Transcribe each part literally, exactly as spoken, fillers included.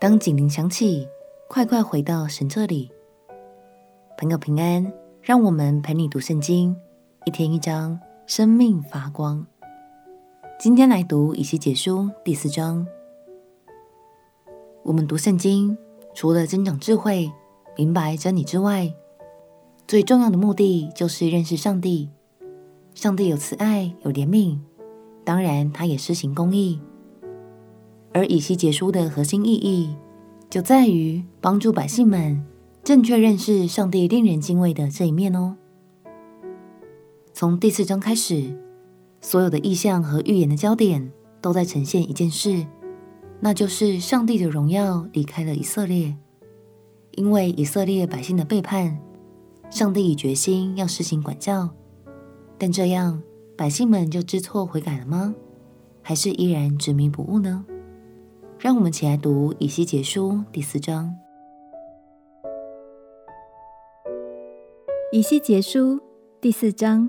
当警铃响起，快快回到神这里。朋友平安，让我们陪你读圣经，一天一章，生命发光。今天来读以西结书第四章。我们读圣经，除了增长智慧、明白真理之外，最重要的目的就是认识上帝。上帝有慈爱，有怜悯，当然他也施行公义。而以西结书的核心意义就在于帮助百姓们正确认识上帝令人敬畏的这一面哦。从第四章开始，所有的意象和预言的焦点都在呈现一件事，那就是上帝的荣耀离开了以色列。因为以色列百姓的背叛，上帝已决心要施行管教，但这样百姓们就知错悔改了吗？还是依然执迷不悟呢？让我们起来读以西结书第四章。 以西结书第四章。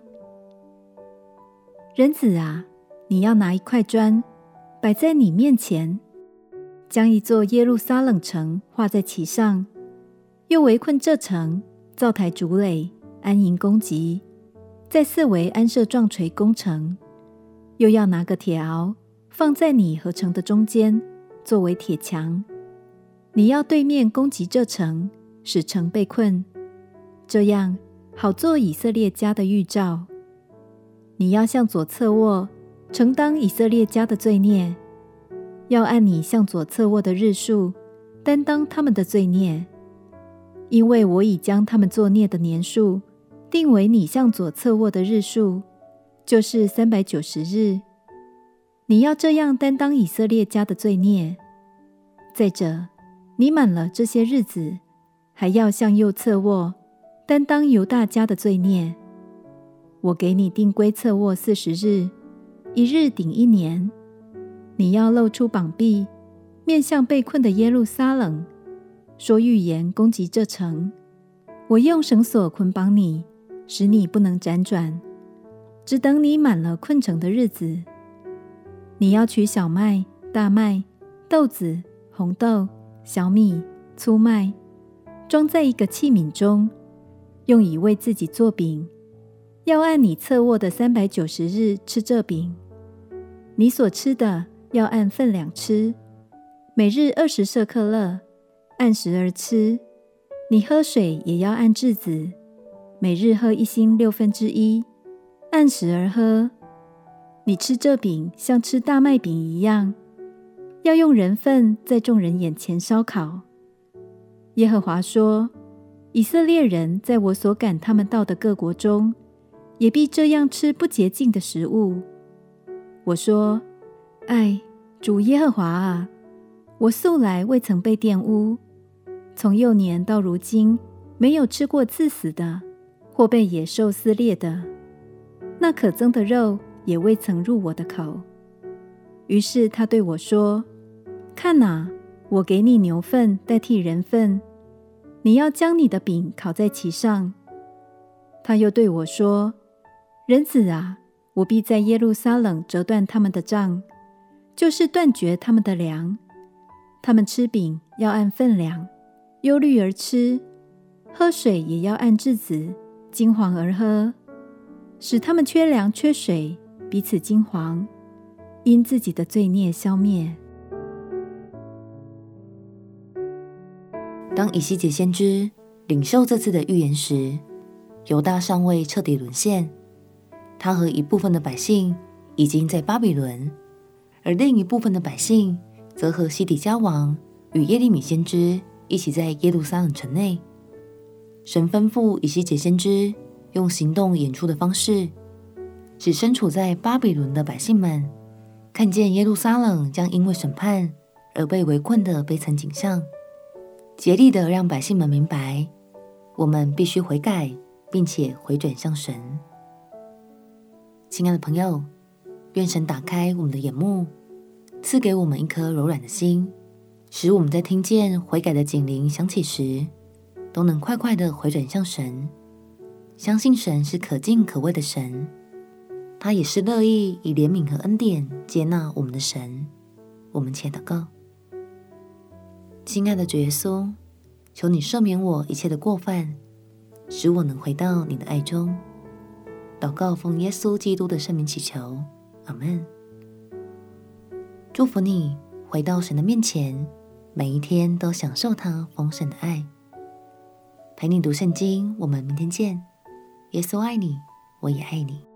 人子啊，你要拿一块砖摆在你面前，将一座耶路撒冷城画在其上，又围困这城，造台筑垒，安营攻击，在四围安设撞锤攻城。又要拿个铁鏊放在你和城的中间，作为铁墙。你要对面攻击这城，使城被困，这样好做以色列家的预兆。你要向左侧卧，承当以色列家的罪孽，要按你向左侧卧的日数担当他们的罪孽，因为我已将他们作孽的年数定为你向左侧卧的日数，就是三百九十日。你要这样担当以色列家的罪孽。再者，你满了这些日子，还要向右侧卧，担当犹大家的罪孽。我给你定规侧卧四十日，一日顶一年。你要露出膀臂，面向被困的耶路撒冷，说预言攻击这城。我用绳索捆绑你，使你不能辗转，只等你满了困城的日子。你要取小麦、大麦、豆子、红豆、小米、粗麦，装在一个器皿中，用以为自己做饼。要按你侧卧的三百九十日吃这饼。你所吃的要按分量吃，每日二十舍客勒，按时而吃。你喝水也要按质子，每日喝一星六分之一，按时而喝。你吃这饼像吃大麦饼一样，要用人粪在众人眼前烧烤。耶和华说，以色列人在我所赶他们到的各国中，也必这样吃不洁净的食物。我说，唉，主耶和华啊，我素来未曾被玷污，从幼年到如今，没有吃过自死的，或被野兽撕裂的，那可憎的肉也未曾入我的口。于是他对我说，看哪，我给你牛粪代替人粪，你要将你的饼烤在其上。他又对我说，人子啊，我必在耶路撒冷折断他们的杖，就是断绝他们的粮。他们吃饼要按分量，忧虑而吃；喝水也要按质子，金黄而喝，使他们缺粮缺水，彼此惊惶，因自己的罪孽消灭。 当以西结先知领受这次的预言时，犹大尚未彻底沦陷，他和一部分的百姓已经在巴比伦，而另一部分的百姓则和西底家王与耶利米先知一起在耶路撒冷城内。神吩咐以西结先知用行动演出的方式，使身处在巴比伦的百姓们看见耶路撒冷将因为审判而被围困的悲惨景象，竭力的让百姓们明白，我们必须悔改，并且回转向神。亲爱的朋友，愿神打开我们的眼目，赐给我们一颗柔软的心，使我们在听见悔改的警铃响起时，都能快快的回转向神，相信神是可敬可畏的神，他也是乐意以怜悯和恩典接纳我们的神。我们且祷告。 亲爱的主耶稣，求你赦免我一切的过犯，使我能回到你的爱中。祷告奉耶稣基督的圣名祈求，阿们。祝福你回到神的面前，每一天都享受他丰盛的爱。陪你读圣经，我们明天见。耶稣爱你，我也爱你。